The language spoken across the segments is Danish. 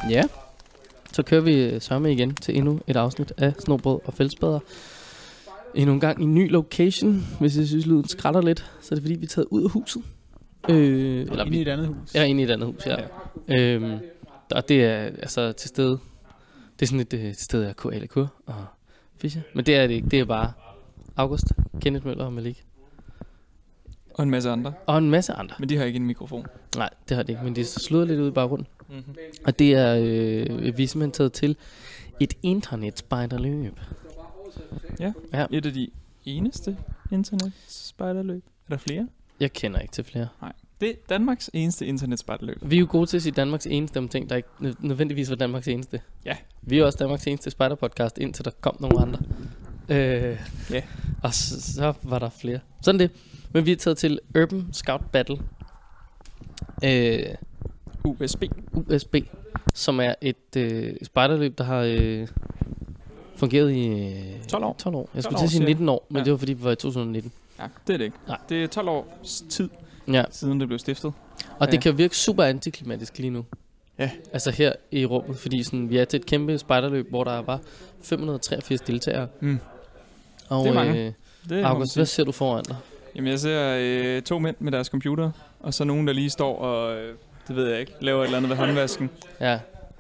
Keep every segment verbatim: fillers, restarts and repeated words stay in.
Ja, så kører vi sørme igen til endnu et afsnit af Snobrød og Fællesbader. Endnu en gang i en ny location. Hvis jeg synes, lyden skrætter lidt, så er det fordi, vi er taget ud af huset. Øh, eller inde i et andet hus. Ja, inde i et andet hus, ja. ja. Øhm, og det er altså til stede. Det er sådan et øh, sted af K. Alikur og Fischer. Men det er det ikke. Det er bare August, Kenneth Møller og Malik. Og en masse andre. Og en masse andre. Men de har ikke en mikrofon. Nej, det har de ikke. Men de sludrer lidt ud i baggrunden. Mm-hmm. Og det er øh, vi er simpelthen taget til et internet-spejderløb. Ja. ja, et af de eneste internet-spejderløb. Er der flere? Jeg kender ikke til flere. Nej. Det er Danmarks eneste internetspejderløb. Vi er jo gode til at sige Danmarks eneste om ting, der ikke nødvendigvis var Danmarks eneste. Ja. Vi er også Danmarks eneste spejderpodcast, indtil der kom nogle andre. Øh, ja. Og så, så var der flere. Sådan det. Men vi er taget til Urban Scout Battle. Øh, U S B. U S B. Som er et øh, spejderløb, der har øh, fungeret i øh, tolv år. tolv år. Jeg skulle til at sige nitten år, men ja. Det var fordi vi var i to tusind nitten. Ja, det er det ikke. Nej. Det er tolv års tid, ja. Siden det blev stiftet. Og ja. Det kan virke super antiklimatisk lige nu. Ja. Altså her i rummet, fordi sådan, vi er til et kæmpe spejderløb, hvor der var fem hundrede og treogfirs deltagere. Mm. Og det er mange. Øh, det er August, hvad ser du foran dig? Jamen jeg ser øh, to mænd med deres computer, og så nogen, der lige står og, øh, det ved jeg ikke, laver et eller andet ved håndvasken. Ja.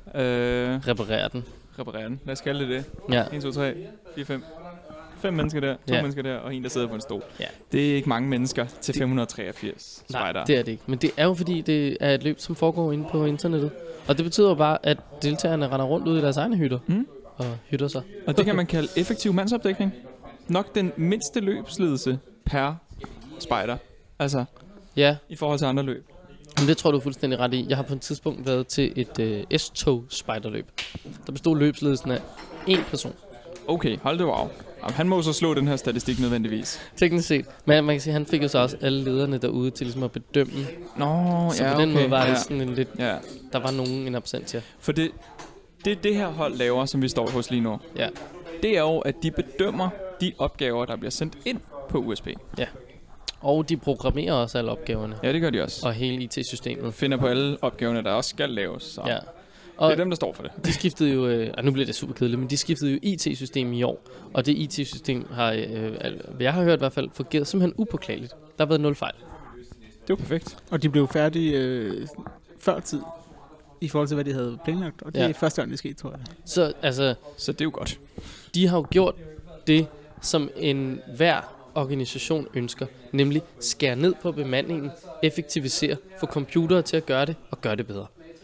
Øh, reparerer den. Reparerer den. Lad os kalde det det. Ja. en, to, tre, fire, fem. Fem mennesker der, to ja. mennesker der, og en, der sidder på en stol. Ja. Det er ikke mange mennesker til fem hundrede og treogfirs Nej, spejdere. det er det ikke. Men det er jo fordi, det er et løb, som foregår inde på internettet. Og det betyder bare, at deltagerne render rundt ud i deres egne hytter. Mm. Og hytter sig. Og det kan man kalde effektiv mandsopdækning. Nok den mindste løbsledelse per spejder. Altså, ja. I forhold til andre løb. Men det tror du er fuldstændig ret i. Jeg har på et tidspunkt været til et øh, S-tog spejderløb. Der bestod løbsledelsen af én person. Okay, hold det wow. Jamen, han må så slå den her statistik nødvendigvis. Teknisk set. Men man kan sige, at han fik jo så også alle lederne derude til ligesom at bedømme. Nå, så ja, på den okay. måde var det ja. sådan en lidt... Ja. Der var nogen en absentia. For det, det det her hold laver, som vi står hos lige nu, ja. det er jo, at de bedømmer de opgaver, der bliver sendt ind på U S B. Ja. Og de programmerer også alle opgaverne. Ja, det gør de også. Og hele I T-systemet. Finder på alle opgaverne, der også skal laves. Så. Ja. Og det er dem, der står for det. De skiftede jo, øh, og nu bliver det super kedeligt, men de skiftede jo I T-system i år. Og det I T-system har, øh, jeg har hørt i hvert fald, fungeret simpelthen upåklageligt. Der har været nul fejl. Det var perfekt. Og de blev færdige øh, før tid, i forhold til, hvad de havde planlagt. Og det ja. er første gang, det skete, tror jeg. Så, altså, så det er jo godt. De har jo gjort det, som en hver organisation ønsker, nemlig skære ned på bemandingen, effektivisere, få computere til at gøre det, og gøre det bedre.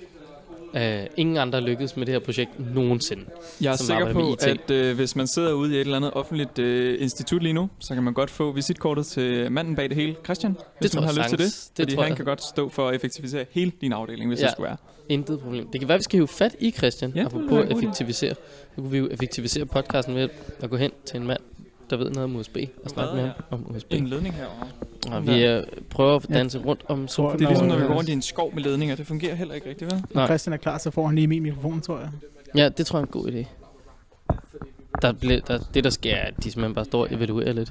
Uh, ingen andre lykkedes med det her projekt nogensinde. Jeg er sikker på, at øh, hvis man sidder ude i et eller andet offentligt øh, institut lige nu, så kan man godt få visitkortet til manden bag det hele, Christian, hvis det man har lyst til det. det fordi han jeg. kan godt stå for at effektivisere hele din afdeling, hvis ja. det skulle være. Intet problem. Det kan være, at vi skal hive fat i Christian, ja, og på at effektivisere. Så kunne vi jo effektivisere podcasten ved at gå hen til en mand, der ved noget om U S B, og snakke med ham om U S B. En ledning herovre. Og vi øh, prøver at danse ja. rundt om sofaen. Det er ligesom, når vi går rundt i en skov med ledninger. Det fungerer heller ikke rigtigt, vel? Når Christian er klar, så får han lige min mikrofon, tror jeg. Ja, det tror jeg er en god idé. Der bliver, der, det, der sker, er, at de simpelthen bare står og evaluerer lidt.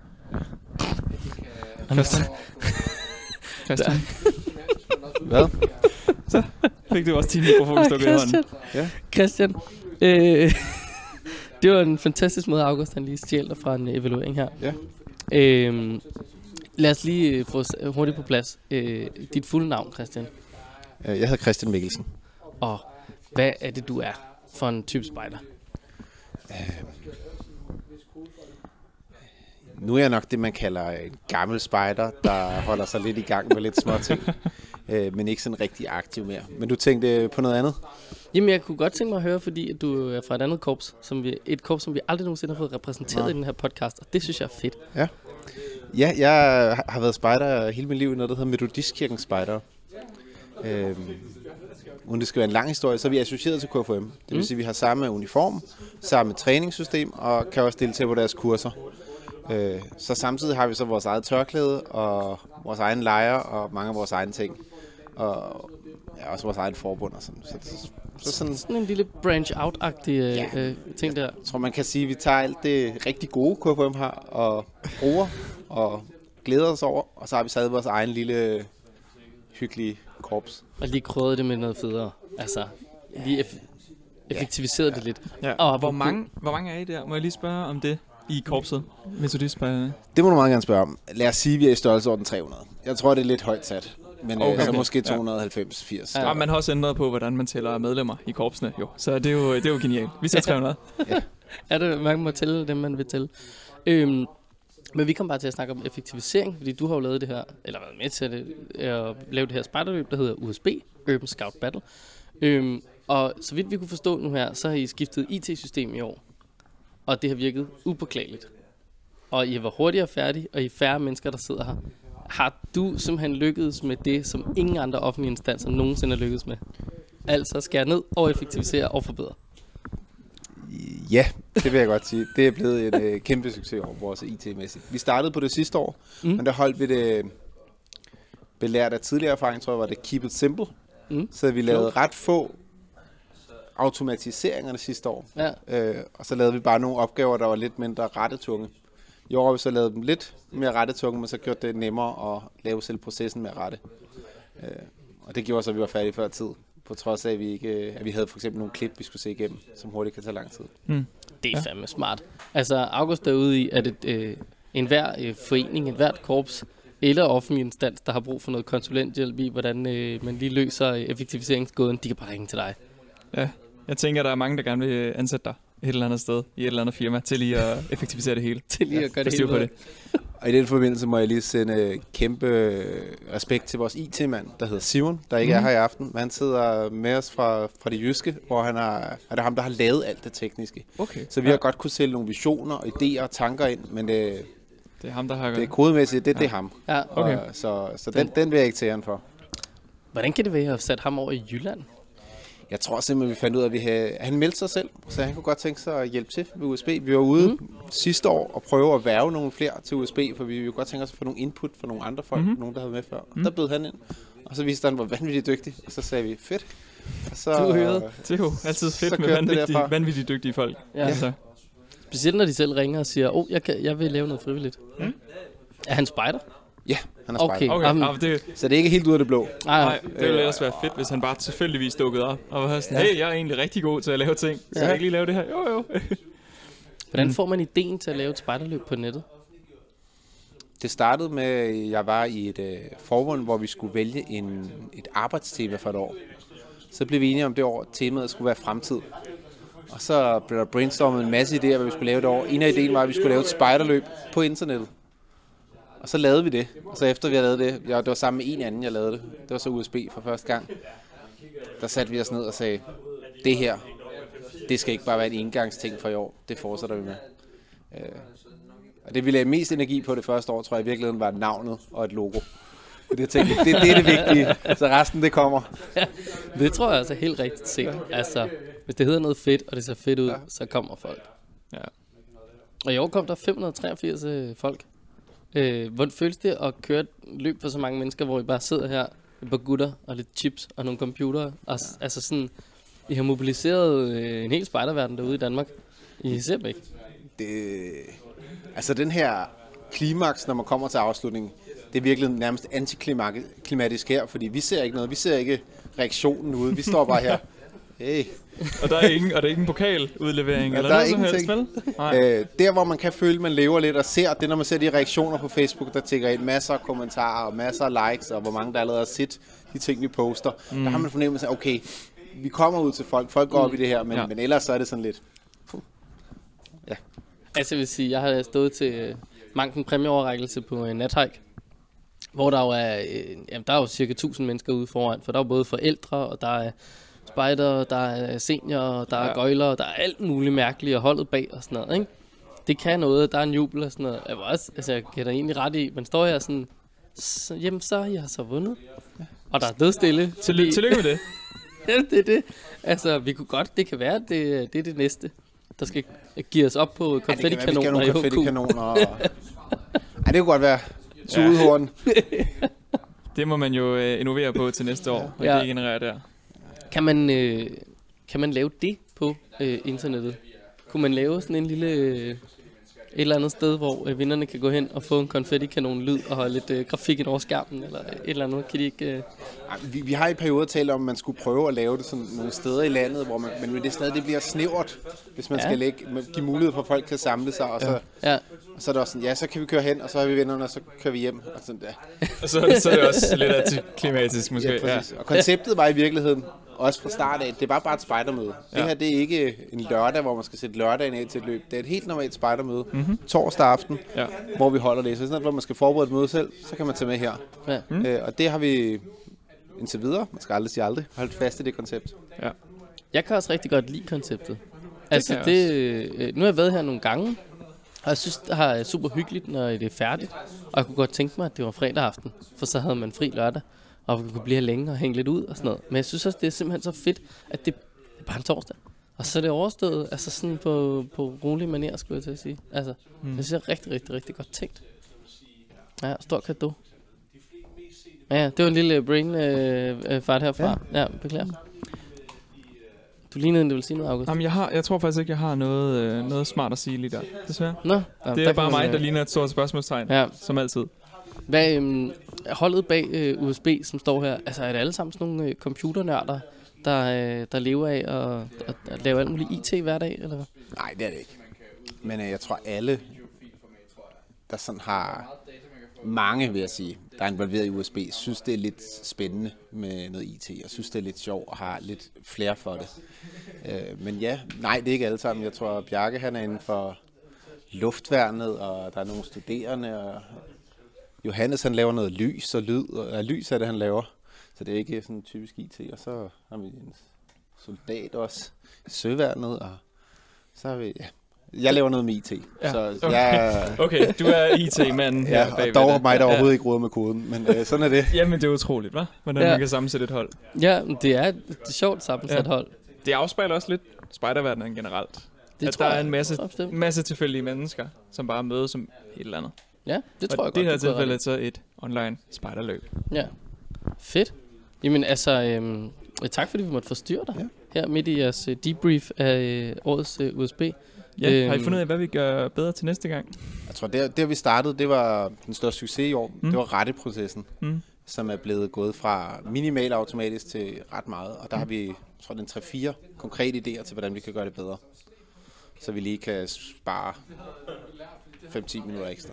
Christian. Christian. Hvad? Så fik du også din mikrofon stukket i hånden. Ja. Christian. Øh, det var en fantastisk måde, August han lige stjæler fra en evaluering her. Ja. Øh, lad os lige få hurtigt på plads. Øh, dit fulde navn, Christian. Jeg hedder Christian Mikkelsen. Og hvad er det, du er for en type spejder? Øh, nu er jeg nok det, man kalder en gammel spejder, der holder sig lidt i gang med lidt små ting. øh, men ikke sådan rigtig aktiv mere. Men du tænkte på noget andet? Jamen, jeg kunne godt tænke mig at høre, fordi at du er fra et andet korps, som vi, et korps, som vi aldrig nogensinde har fået repræsenteret Nej. i den her podcast, og det synes jeg er fedt. Ja, ja jeg har været spejder hele mit liv i noget, der hedder Metodistkirkens Spejder. Øhm, uden det skal være en lang historie, så er vi associeret til K F M. Det vil mm. sige, at vi har samme uniform, samme træningssystem, og kan også deltage på deres kurser. Øh, så samtidig har vi så vores eget tørklæde, og vores egen lejre, og mange af vores egne ting. Og ja, også vores eget forbund og sådan. Så, så, så sådan, sådan en lille branch-out-agtig ja, øh, ting der. Jeg tror, man kan sige, at vi tager alt det rigtig gode K F M har, og bruger, og glæder os over, og så har vi sat vores egen lille hyggelige korps. Og lige krydret det med noget federe. Altså, lige eff- effektiviseret ja. det lidt. Ja. Og hvor mange, hvor mange er I der? Må jeg lige spørge om det i korpset? Metodistspejderne? Det må du meget gerne spørge om. Lad os sige, at vi er i størrelsesorden tre hundrede. Jeg tror, det er lidt højt sat. Men okay. øh, så måske to hundrede og halvfems firs. Ja. Ja, man har også ændret på, hvordan man tæller medlemmer i korpsene, jo. Så det er jo, det er jo genialt. Vi ser tre hundrede. Ja. Er det, man må tælle dem, man vil tælle. Øhm, men vi kommer bare til at snakke om effektivisering, fordi du har jo lavet det her, eller været med til at, at lave det her spejderløb, der hedder U S B, Urban Scout Battle. Øhm, og så vidt vi kunne forstå nu her, så har I skiftet I T-system i år, og det har virket upåklageligt. Og I har været hurtigere færdige, og I er færre mennesker, der sidder her. Har du simpelthen lykkedes med det, som ingen andre offentlige instanser nogensinde har lykkedes med? Altså skære ned og effektivisere og forbedre? Ja, det vil jeg godt sige. Det er blevet en øh, kæmpe succes over vores I T-mæssigt. Vi startede på det sidste år, mm. men der holdt vi det belært af tidligere erfaring, tror jeg, var det Keep It Simple. Mm. Så vi lavede ret få automatiseringerne sidste år. Ja. Øh, og så lavede vi bare nogle opgaver, der var lidt mindre rettetunge. I år har vi så lavet dem lidt mere rettetunge, men så gjorde det nemmere at lave selv processen med rette. Øh, og det gjorde så, at vi var færdige før tid. På trods af, at vi, ikke, at vi havde for eksempel nogle klip, vi skulle se igennem, som hurtigt kan tage lang tid. Mm. Det er ja. fandme smart. Altså, August er ude i, at et, øh, enhver øh, forening, enhvert korps eller offentlig instans, der har brug for noget konsulenthjælp i, hvordan øh, man lige løser effektiviseringsgåden, de kan bare ringe til dig. Ja, jeg tænker, der er mange, der gerne vil ansætte dig et eller andet sted, i et eller andet firma, til lige at effektivisere det hele. til lige at gøre det hele på det. Og i den forbindelse må jeg lige sende kæmpe respekt til vores I T-mand, der hedder Simon, der ikke mm. er her i aften. Men han sidder med os fra, fra det jyske, hvor han er, er det ham, der har lavet alt det tekniske. Okay. Så vi ja. har godt kunne sælge nogle visioner, idéer og tanker ind, men det, det er ham, der har det er kodemæssigt, det, ja. det er ham. Ja. Okay. Og, så så den, den vil jeg ikke tage han for. Hvordan kan det være, at I har sat ham over i Jylland? Jeg tror simpelthen, vi fandt ud af, at vi havde, han meldte sig selv, så han kunne godt tænke sig at hjælpe til med U S B. Vi var ude mm. sidste år og prøve at værve nogle flere til U S B, for vi ville godt tænke os at få nogle input fra nogle andre folk, mm-hmm. nogen der havde med før. Og mm. der bød han ind, og så viste han, hvor vanvittigt dygtig, og så sagde vi, fedt. Og så, du hørte. Det er jo altid fedt med vanvittige, vanvittige dygtige folk. Ja. Ja. Så. Specielt når de selv ringer og siger, åh, oh, jeg, kan, jeg vil lave noget frivilligt. Mm. Er han spejder? Ja, han er okay. spejder. Okay. Um, ah, det, så det er ikke helt ud af det blå. Nej, nej det ville ellers være fedt, hvis han bare tilfældigvis dukkede op og var sådan, ja. hey, jeg er egentlig rigtig god til at lave ting, så ja. jeg ikke lige lave det her? Jo, jo. Hvordan får man ideen til at lave et spejderløb på nettet? Det startede med, at jeg var i et øh, forbund, hvor vi skulle vælge en, et arbejdstema for et år. Så blev vi enige om det år, at temaet skulle være fremtid. Og så blev der brainstormet en masse idéer, hvad vi skulle lave det år. En af idéen var, at vi skulle lave et spejderløb på internettet. Og så lavede vi det. Og så efter vi havde lavet det, ja, det var sammen med en anden, jeg lavede det. Det var så U S B for første gang. Der satte vi os ned og sagde, det her, det skal ikke bare være en engangsting for i år. Det fortsætter vi med. Øh, og det vi lagde mest energi på det første år, tror jeg i virkeligheden var navnet og et logo. Det, tænkte, det, det er det vigtige, så resten det kommer. Ja, det tror jeg altså helt rigtigt set. Altså, hvis det hedder noget fedt, og det ser fedt ud, ja. så kommer folk. Ja. Og i år kom der fem hundrede og treogfirs øh, folk. Øh, hvordan føles det at køre et løb for så mange mennesker, hvor I bare sidder her med et gutter og lidt chips og nogle computere? Og, ja. Altså sådan, I har mobiliseret øh, en hel spejderverden derude i Danmark. I ser ikke. Det, altså den her klimaks, når man kommer til afslutningen, det er virkelig nærmest antiklimatisk her, fordi vi ser ikke noget. Vi ser ikke reaktionen ude. Vi står bare her. Hey. Og der er ingen, og der er ikke en pokaludlevering ja, eller der noget er som helst, vel? Øh, der, hvor man kan føle, at man lever lidt og ser, det er, når man ser de reaktioner på Facebook, der tækker ind masser af kommentarer og masser af likes, og hvor mange der allerede har set de ting, vi poster. Mm. Der har man fornemmelse af, okay, vi kommer ud til folk. Folk går op mm. i det her, men, ja. men ellers så er det sådan lidt... Puh. Ja. Altså, jeg vil sige, jeg har stået til manken præmieoverrækkelse på en nathike, hvor der jo er, øh, jamen, der er jo cirka tusind mennesker ude foran, for der er både forældre, og der er spejder, der er seniorer, der er ja. gøjlere, der er alt muligt mærkeligt, og holdet bag og sådan noget, ikke? Det kan noget, der er en jubel og sådan noget. Jeg, også, altså, jeg kan da egentlig ret i, man står her sådan, så, jamen så, jeg har så vundet. Ja. Og der er dødstille. Tillykke, tillykke med det. Ja, det er det. Altså, vi kunne godt, det kan være, at det, det er det næste, der skal give os op på konfettikanoner. Ja, det kan være, vi skal have nogle konfettikanoner. Og... Ej, det kunne godt være tudehorn. Ja. Det må man jo øh, innovere på til næste år, og ja. det genererer der. Kan man, øh, kan man lave det på øh, internettet? Kunne man lave sådan en lille øh, eller andet sted, hvor øh, vinderne kan gå hen og få en konfettikanon-lyd og lidt øh, grafik ind over skærmen, eller et eller andet. Kan de ikke... Øh... Ej, vi, vi har i perioder talt om, at man skulle prøve at lave det sådan nogle steder i landet, hvor man, men det er stadig det bliver snævert, hvis man ja. skal lægge, give mulighed for, at folk kan samle sig, og så, ja. og så er det også sådan, ja, så kan vi køre hen, og så har vi vinderne, og så kører vi hjem. Og sådan, ja. og så, så er det også lidt antiklimatisk måske. Ja, præcis. Ja. Og konceptet var i virkeligheden, også fra start af, det var bare et spejdermøde. Ja. Det her, det er ikke en lørdag, hvor man skal sætte lørdagen af til et løb. Det er et helt normalt spejdermøde. Mm-hmm. Torsdag aften, ja. hvor vi holder det. Så sådan, hvor man skal forberede et møde selv, så kan man tage med her. Ja. Mm. Øh, og det har vi indtil videre, man skal aldrig sige aldrig, holdt fast i det koncept. Ja. Jeg kan også rigtig godt lide konceptet. Det altså, det, øh, nu har jeg været her nogle gange, og jeg synes, det er super hyggeligt, når det er færdigt. Og jeg kunne godt tænke mig, at det var fredag aften, for så havde man fri lørdag. Og vi kunne blive her længe og hænge lidt ud og sådan noget. Men jeg synes også, det er simpelthen så fedt, at det er bare en torsdag. Og så er det overstået, altså sådan på, på rolig manér, skulle jeg til at sige. Altså, mm. det synes jeg er rigtig, rigtig, rigtig godt tænkt. Ja, stor cadeau. Ja, det var en lille brain øh, fart herfra. Ja, ja beklager. Du lignede, en du ville sige noget, August. Jamen, jeg, har, jeg tror faktisk ikke, jeg har noget, øh, noget smart at sige lige der, desværre. Nå, ja, det er bare mig, der ligner et stort spørgsmålstegn, ja. Som altid. Hvad øhm, holdet bag øh, U S B, som står her, altså er det alle sammen sådan nogle øh, computernørder, der, øh, der lever af at, at, at lave alt muligt I T hver dag, eller hvad? Nej, det er det ikke. Men øh, jeg tror alle, der sådan har mange, vil jeg sige, der er involveret i U S B, synes det er lidt spændende med noget I T, og synes det er lidt sjovt og har lidt flere for det. Øh, men ja, nej, det er ikke alle sammen. Jeg tror, Bjarke han er inden for luftværnet, og der er nogle studerende, og Johannes han laver noget lys og lyd, og lys er det han laver, så det er ikke sådan typisk I T. Og så har vi en soldat også i søværnet, og så har vi, ja, jeg laver noget med I T. Ja, så okay. Jeg, okay, du er I T-manden her ja, bagved. Og dog mig, der ja. overhovedet ikke råder med koden, men øh, sådan er det. Jamen det er utroligt, hva'? Hvordan ja. man kan sammensætte et hold. Ja, det er et sjovt sammensat ja. hold. Det afspejler også lidt spejderverdenen generelt. Det at der er en masse, masse tilfældige mennesker, som bare mødes som et eller andet. Ja, det tror og jeg det godt. Det her tilfælde er så et online spejderløb. Ja, fedt. Jamen altså, øhm, tak fordi vi måtte forstyrre dig ja. her midt i jeres uh, debrief af øh, årets uh, U S B. Ja, øhm, har I fundet ud af, hvad vi gør bedre til næste gang? Jeg tror, det, det vi startede, det var den største succes i år. Mm. Det var retteprocessen, mm. som er blevet gået fra minimal automatisk til ret meget. Og der mm. har vi, jeg tror, den tre fire konkrete idéer til, hvordan vi kan gøre det bedre. Så vi lige kan spare fem til ti minutter ekstra.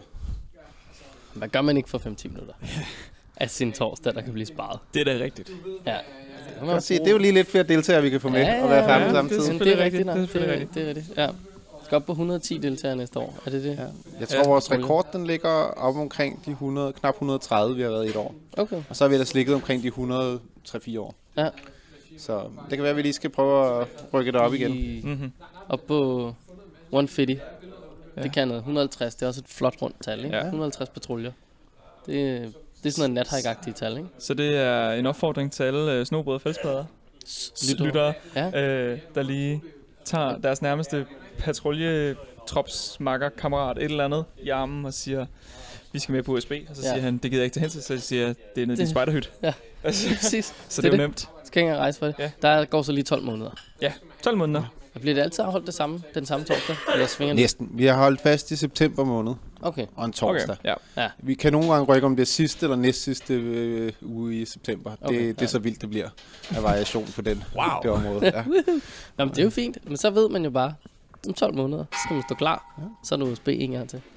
Hvad gør man ikke for fem til ti minutter? Af sin torsdag, der kan blive sparet. Det er da rigtigt. Ja. Det, kan sige, det er jo lige lidt flere deltagere, vi kan få med ja, ja, og være færdige ja, samtidig. Det er, det er rigtigt. Det er, det er rigtigt. Det er rigtigt. Ja. Vi skal op på et hundrede og ti deltagere næste år. Er det det? Ja. Jeg tror, ja, vores rekord den ligger op omkring de hundrede, knap et hundrede og tredive, vi har været i et år. Okay. Og så har vi ellers ligget omkring de et hundrede og tre fire år. Ja. Så det kan være, at vi lige skal prøve at rykke det op igen. I, mm-hmm. Op på et hundrede og halvtreds. Ja. Det kan noget. et hundrede og halvtreds, det er også et flot rundt tal, ikke? Ja. et hundrede og halvtreds patruljer. Det, det er sådan noget nathike-agtige tal, ikke? Så det er en opfordring til alle uh, snobrød og fældspadder, lyttere, ja. øh, der lige tager deres nærmeste patruljetropsmakker, kammerat, et eller andet i armen og siger, vi skal med på U S B. Og så ja. siger han, det gider jeg ikke til hensyn, så siger det er nede i din spejderhyt. Ja, præcis. Så det, det er jo nemt. Skal ikke engang rejse for det. Ja. Der går så lige tolv måneder. Ja, tolv måneder. Og bliver det altid afholdt det samme, den samme torsdag? Eller svinger det? Næsten. Vi har holdt fast i september måned. Okay. Og en torsdag. Okay. Ja. Ja. Vi kan nogle gange rykke om det sidste eller næst sidste øh, uge i september. Okay. Det, det er så vildt, det bliver af variation på den, wow. det område. Ja. Nå, men det er jo fint. Men så ved man jo bare, om tolv måneder, så skal man stå klar. Ja. Så er der U S B en gang til.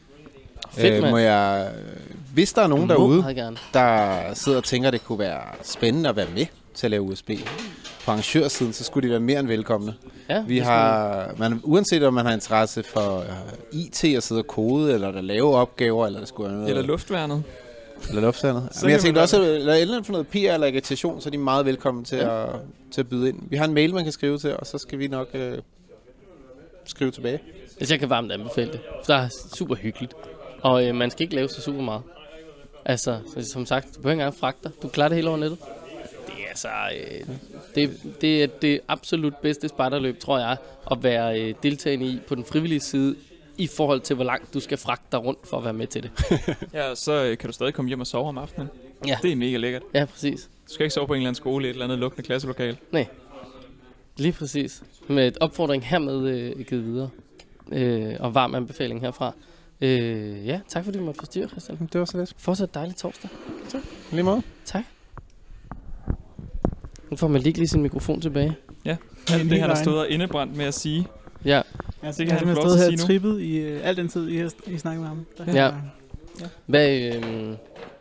Fedt, øh, må jeg, hvis der er nogen derude, der sidder og tænker, at det kunne være spændende at være med til at lave U S B på arrangørsiden, så skulle de være mere end velkomne. Ja, vi har, man, uanset om man har interesse for uh, I T at sidde og kode, eller der lave opgaver, eller der skulle noget, eller luftværnet. Eller luftværnet. Men jeg tænkte også, at eller for noget P R eller agitation, så er de meget velkomne til, ja. at, til at byde ind. Vi har en mail, man kan skrive til, og så skal vi nok uh, skrive tilbage. Hvis jeg kan varmt anbefale det. For det er super hyggeligt. Og øh, man skal ikke lave så super meget. Altså, som sagt, du behøver ikke engang fragte dig. Du klarer det hele over nettet. Det er altså... Øh, det, det er det absolut bedste spejderløb, tror jeg, at være øh, deltagende i på den frivillige side, i forhold til, hvor langt du skal fragte dig rundt for at være med til det. Ja, så øh, kan du stadig komme hjem og sove om aftenen. Ja. Det er mega lækkert. Ja, præcis. Du skal ikke sove på en eller anden skole i et eller andet lukkende klasselokal. Nej, lige præcis. Med et opfordring hermed øh, givet videre. øh, og varm anbefaling herfra. Øh, ja, tak fordi du måtte forstyrre, Christian. Det var så lidt. Fortsat dejlig torsdag. Tak. Lige måde. Tak. Nu får man lige sin mikrofon tilbage. Ja, alt det han har stået og indebrændt med at sige. Ja. Altså, det kan han få lov til at sige nu. Jeg har trippet i uh, al den tid, I har I snakket med ham. Der ja. ja. Hvad, øh,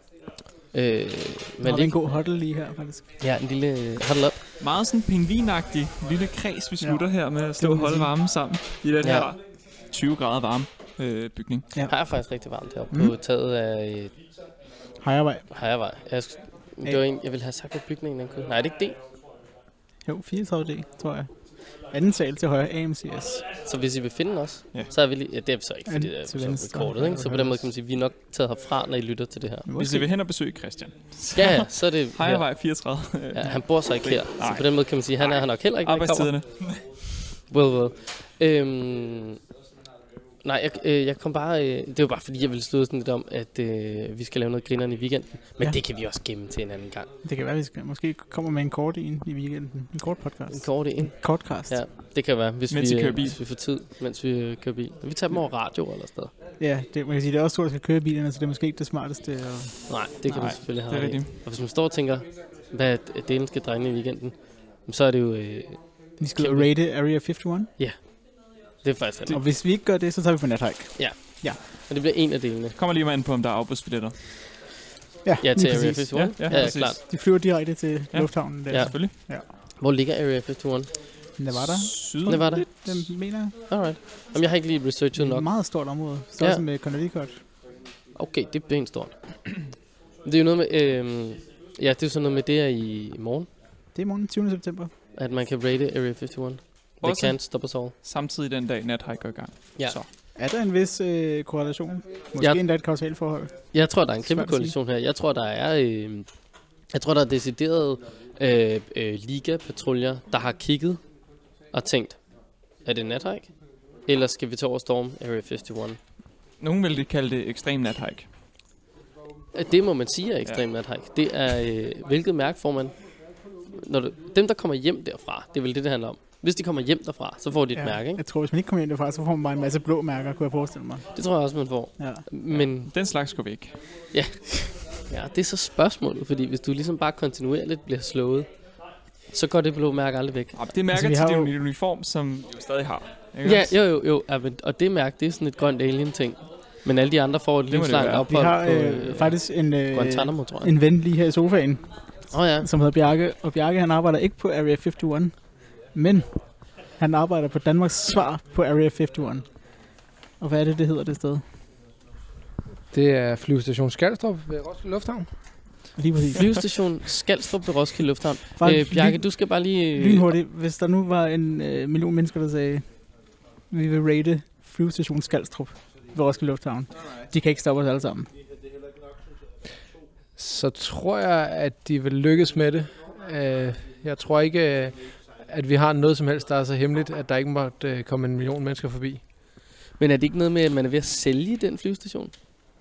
øh, hvad er en god huddle lige her, faktisk. Ja, en lille huddle up. Meget sådan pingvinagtig lille kreds, vi slutter ja. her med at stå og holde varme sammen i den ja. her tyve grader varme øh, bygning. Ja. Her er faktisk rigtig varmt heroppe mm. på taget af øh, Hejervej. Hejervej. Jeg, det var en, jeg ville have sagt, at bygningen den kunne. Nej, er det ikke D? Jo, fireogtredive D, tror jeg. Anden sal til højre A M C S. Så hvis I vil finde os, ja. så er vi lige... Ja, det er så ikke, fordi det er så recordet, ikke? Så på den måde kan man sige, at vi er nok taget herfra, når I lytter til det her. Hvis I vil hen og besøge Christian. Ja, så er det... Hejervej fireogtredive. Ja, han bor så ikke her. Så på den måde kan man sige, at han er han nok heller ikke. Arbejdstiderne. Well, well. Øhm, nej, jeg, øh, jeg kom bare... Øh, det var bare fordi, jeg ville slå sådan lidt om, at øh, vi skal lave noget grinerne i weekenden. Men ja. det kan vi også gemme til en anden gang. Det kan være, at vi skal måske kommer med en kort en i weekenden. En kort podcast. En kort en? Kortcast. Ja, det kan være, hvis, mens vi, vi, kører bil. hvis vi får tid, mens vi øh, kører bil. Vi tager dem over radio eller sådan. Ja, det, man kan sige, det er også to, der skal køre bilerne, så det er måske ikke det smarteste. Og... Nej, det kan man selvfølgelig have. Det er rigtigt. Og hvis man står og tænker, hvad delen skal drenge i weekenden, så er det jo... Øh, vi skal jo rate Area fireoghalvfems. Ja. Det er faktisk det. Og hvis vi ikke gør det, så tager vi på nathike. Ja. Ja. Og det bliver en af delene. Kommer lige an på, om der er afbudsbilletter. Ja, ja, til Area fireoghalvfems. Ja, ja, ja, ja klart. De flyver direkte til ja. lufthavnen. Der. Ja, selvfølgelig. Ja. Hvor ligger Area fireoghalvfems? Nevada. Syd. Nevada. Den mener jeg. Alright. Jamen, jeg har ikke lige researchet nok. Det er et meget stort område. Større ja. med Connecticut. Okay, det er pænt stort. Det er jo noget med... Øh, ja, det er jo sådan noget med det her i morgen. Det er i morgen, tyvende september. At man kan rate Area fireoghalvfems. They også can't stop us all. Samtidig den dag, nathike går i gang. Ja. Så. Er der en vis øh, korrelation? Måske jeg, endda et kausalforhold? Jeg tror, der er en kæmpe korrelation her. Jeg tror, der er... Øh, jeg tror, der er deciderede øh, øh, liga-patruljer, der har kigget og tænkt, er det nathike? Eller skal vi tage over storm Area fireoghalvfems? Nogen vil det kalde det ekstrem nathike. Det må man sige er ekstrem ja. nathike. Det er... Øh, hvilket mærke får man? Når du, dem, der kommer hjem derfra, det er vel det, det handler om. Hvis de kommer hjem derfra, så får de et ja, mærke, ikke? Jeg tror, hvis man ikke kommer hjem derfra, så får man bare en masse blå mærker, kunne jeg forestille mig. Det tror jeg også, man får. Ja. Men den slags går væk. Ja. Ja, det er så spørgsmålet, fordi hvis du ligesom bare kontinuerligt bliver slået, så går det blå mærke aldrig væk. Ja, det mærker altså, til din uniform, som du stadig har. Ja, jo, jo, jo. Ja, men, og det mærke, det er sådan et grønt alien-ting. Men alle de andre får et livslangt ophold. Vi har på, øh, faktisk en, øh, Guantanamo, tror jeg. en ven lige her i sofaen, oh, ja. som hedder Bjarke. Og Bjarke, han arbejder ikke på Area fireoghalvfems, men han arbejder på Danmarks svar på Area fireoghalvfems. Og hvad er det, det hedder det sted? Det er flyvestation Skalstrup ved Roskilde Lufthavn. Lige præcis. Flyvestation Skalstrup ved Roskilde Lufthavn. Øh, Bjarke, du skal bare lige... Øh, lynhurtigt. Hvis der nu var en øh, million mennesker, der sagde, vi vil rate flyvestation Skalstrup ved Roskilde Lufthavn. De kan ikke stoppe os alle sammen. Så tror jeg, at de vil lykkes med det. Uh, jeg tror ikke, uh, at vi har noget som helst, der er så hemmeligt, at der ikke måtte uh, komme en million mennesker forbi. Men er det ikke noget med, at man er ved at sælge den flyvestation?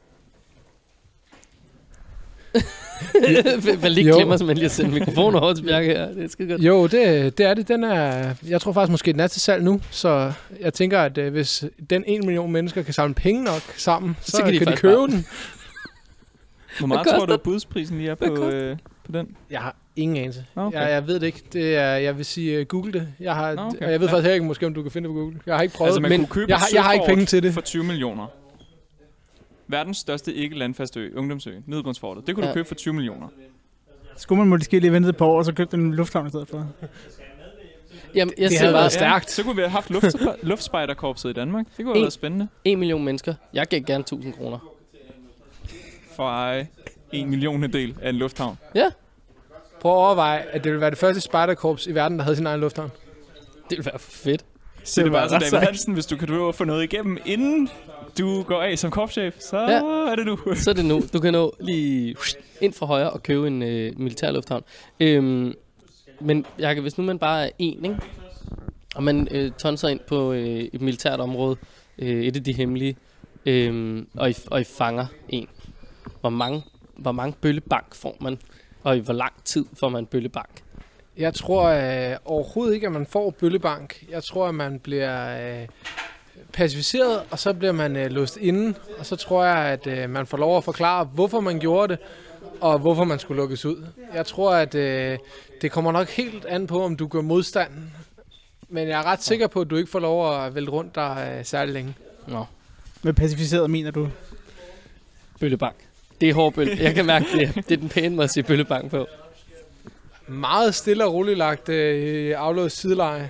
Man lige glemmer, som man lige har sendt mikrofoner over til Bjarke her. Det er skide godt. Jo, det, det er det. Den er, jeg tror faktisk måske, den er til salg nu. Så jeg tænker, at uh, hvis den en million mennesker kan samle penge nok sammen, så, så kan de, kan de købe bare den. Hvor meget tror du, at budsprisen lige er på, øh, på den? Jeg har ingen anelse. Okay. Jeg, jeg ved det ikke. Det er, jeg vil sige, uh, Google det. Jeg har, okay. Og jeg ved ja. faktisk ikke, måske om du kan finde det på Google. Jeg har ikke prøvet altså, man men kunne købe jeg, har, jeg har ikke penge til det. For tyve millioner. Verdens største ikke-landfaste ø, Ungdomsø, Middelgrundsfortet. Det kunne ja. du købe for tyve millioner. Skulle man måske lige vente et par år, og så købe den lufthavn i stedet for? Jamen, jeg det havde været stærkt. Ja, så kunne vi have haft luft, luftspejderkorpset i Danmark. Det kunne have været spændende. En million mennesker. Jeg gav gerne tusind kroner. For ej. En millionedel af en lufthavn. Ja. Prøv at overveje, at det ville være det første spejderkorps i verden, der havde sin egen lufthavn. Det ville være fedt. Så det var altså David Hansen, hvis du kan nå at få noget igennem, inden du går af som korpschef, så ja. er det nu. Så er det nu. Du kan nå lige ind fra højre og købe en øh, militær lufthavn. Øhm, men Jakob, hvis nu man bare er en, ikke? Og man øh, tonser ind på øh, et militært område, øh, et af de hemmelige, øh, og, I, og I fanger en. Hvor mange, hvor mange bøllebank får man, og i hvor lang tid får man bøllebank? Jeg tror øh, overhovedet ikke, at man får bøllebank. Jeg tror, at man bliver pacificeret, og så bliver man øh, låst inde, og så tror jeg, at øh, man får lov at forklare, hvorfor man gjorde det, og hvorfor man skulle lukkes ud. Jeg tror, at øh, det kommer nok helt an på, om du gør modstand, men jeg er ret sikker på, at du ikke får lov at vælte rundt der øh, særlig længe. Nå. Med pacificeret mener du? Bøllebank. Det er hård bølle. Jeg kan mærke, det, det er den pæne måde at sige bøllebank på. Meget stille og roligt lagt øh, aflåst sideleje.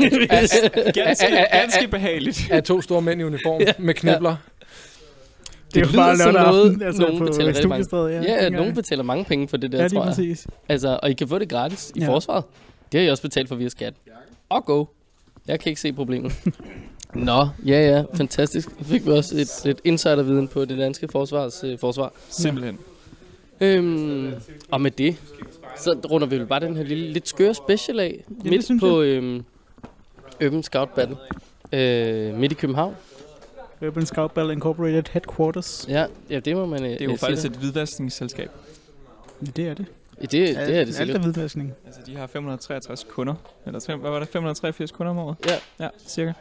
Ganske, ganske behageligt. Af to store mænd i uniform Ja. med knibler. Det, Det er jo lyder bare som lørdag noget, aften, altså nogen på betaler rigtig mange. studiestedet. Ja, ja nogen betaler mange penge for det der, ja, lige tror jeg. præcis. Altså, og I kan få det gratis i Ja. forsvaret. Det har I også betalt for via skat. Og go. Jeg kan ikke se problemet. Nå, ja ja, fantastisk. Så fik vi også et lidt insiderviden på det danske forsvars øh, forsvar. Simpelthen. Øhm, og med det, så runder vi vel bare den her lille, lidt skøre special af. det midt synes på øhm, Urban Scout Battle. Øh, midt i København. Urban Scout Battle Incorporated Headquarters. Ja, ja det må man øh, Det er jo øh, faktisk sige et hvidvaskningsselskab. Det er det. det. Det, det er det Alt sikkert. er hvidvaskning. Altså, de har fem hundrede og treogtres kunder. Eller fem, hvad var det? fem hundrede og treogfirs kunder om året? Ja. Ja, cirka.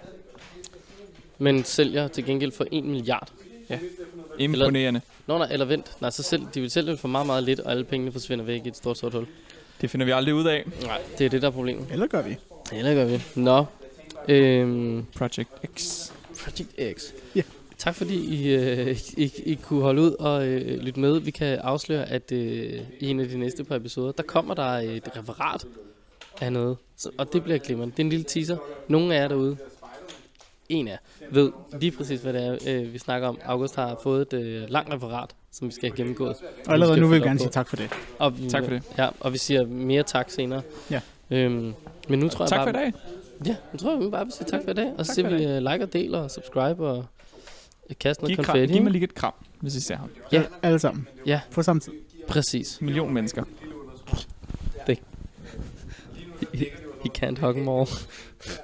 Men sælger til gengæld for en milliard. Imponerende. Nå nej, eller vent. Nej, så selv, de vil sælge det for meget, meget lidt, og alle pengene forsvinder væk i et stort sort hul. Det finder vi aldrig ud af. Nej, det er det, der er problemet. Eller gør vi? Eller gør vi. Nå. Øhm, Project X. Project X. Ja. Tak fordi I, øh, I, I kunne holde ud og øh, lytte med. Vi kan afsløre, at øh, i en af de næste par episoder, der kommer der et referat af noget. Så, og det bliver glimrende. Det er en lille teaser. Nogle af jer derude, en af jer, ved lige præcis, hvad det er, øh, vi snakker om. August har fået et øh, langt referat, som vi skal have gennemgået. Og allerede skal nu vil følge vi op gerne på. sige tak for det. Og vi, Tak for det. Ja, og vi siger mere tak senere. Ja. Øhm, men nu tror jeg Tak bare... for i dag. Ja, nu tror jeg, vi bare vil sige tak for i dag. Og så Tak siger for vi i uh, like og del og subscribe og uh, kaste noget Giv, kram, konfetti. giv mig lige et kram, hvis I ser ham. Ja. Alle sammen. Ja. På samme tid. Præcis. En million mennesker. He can't hug them all.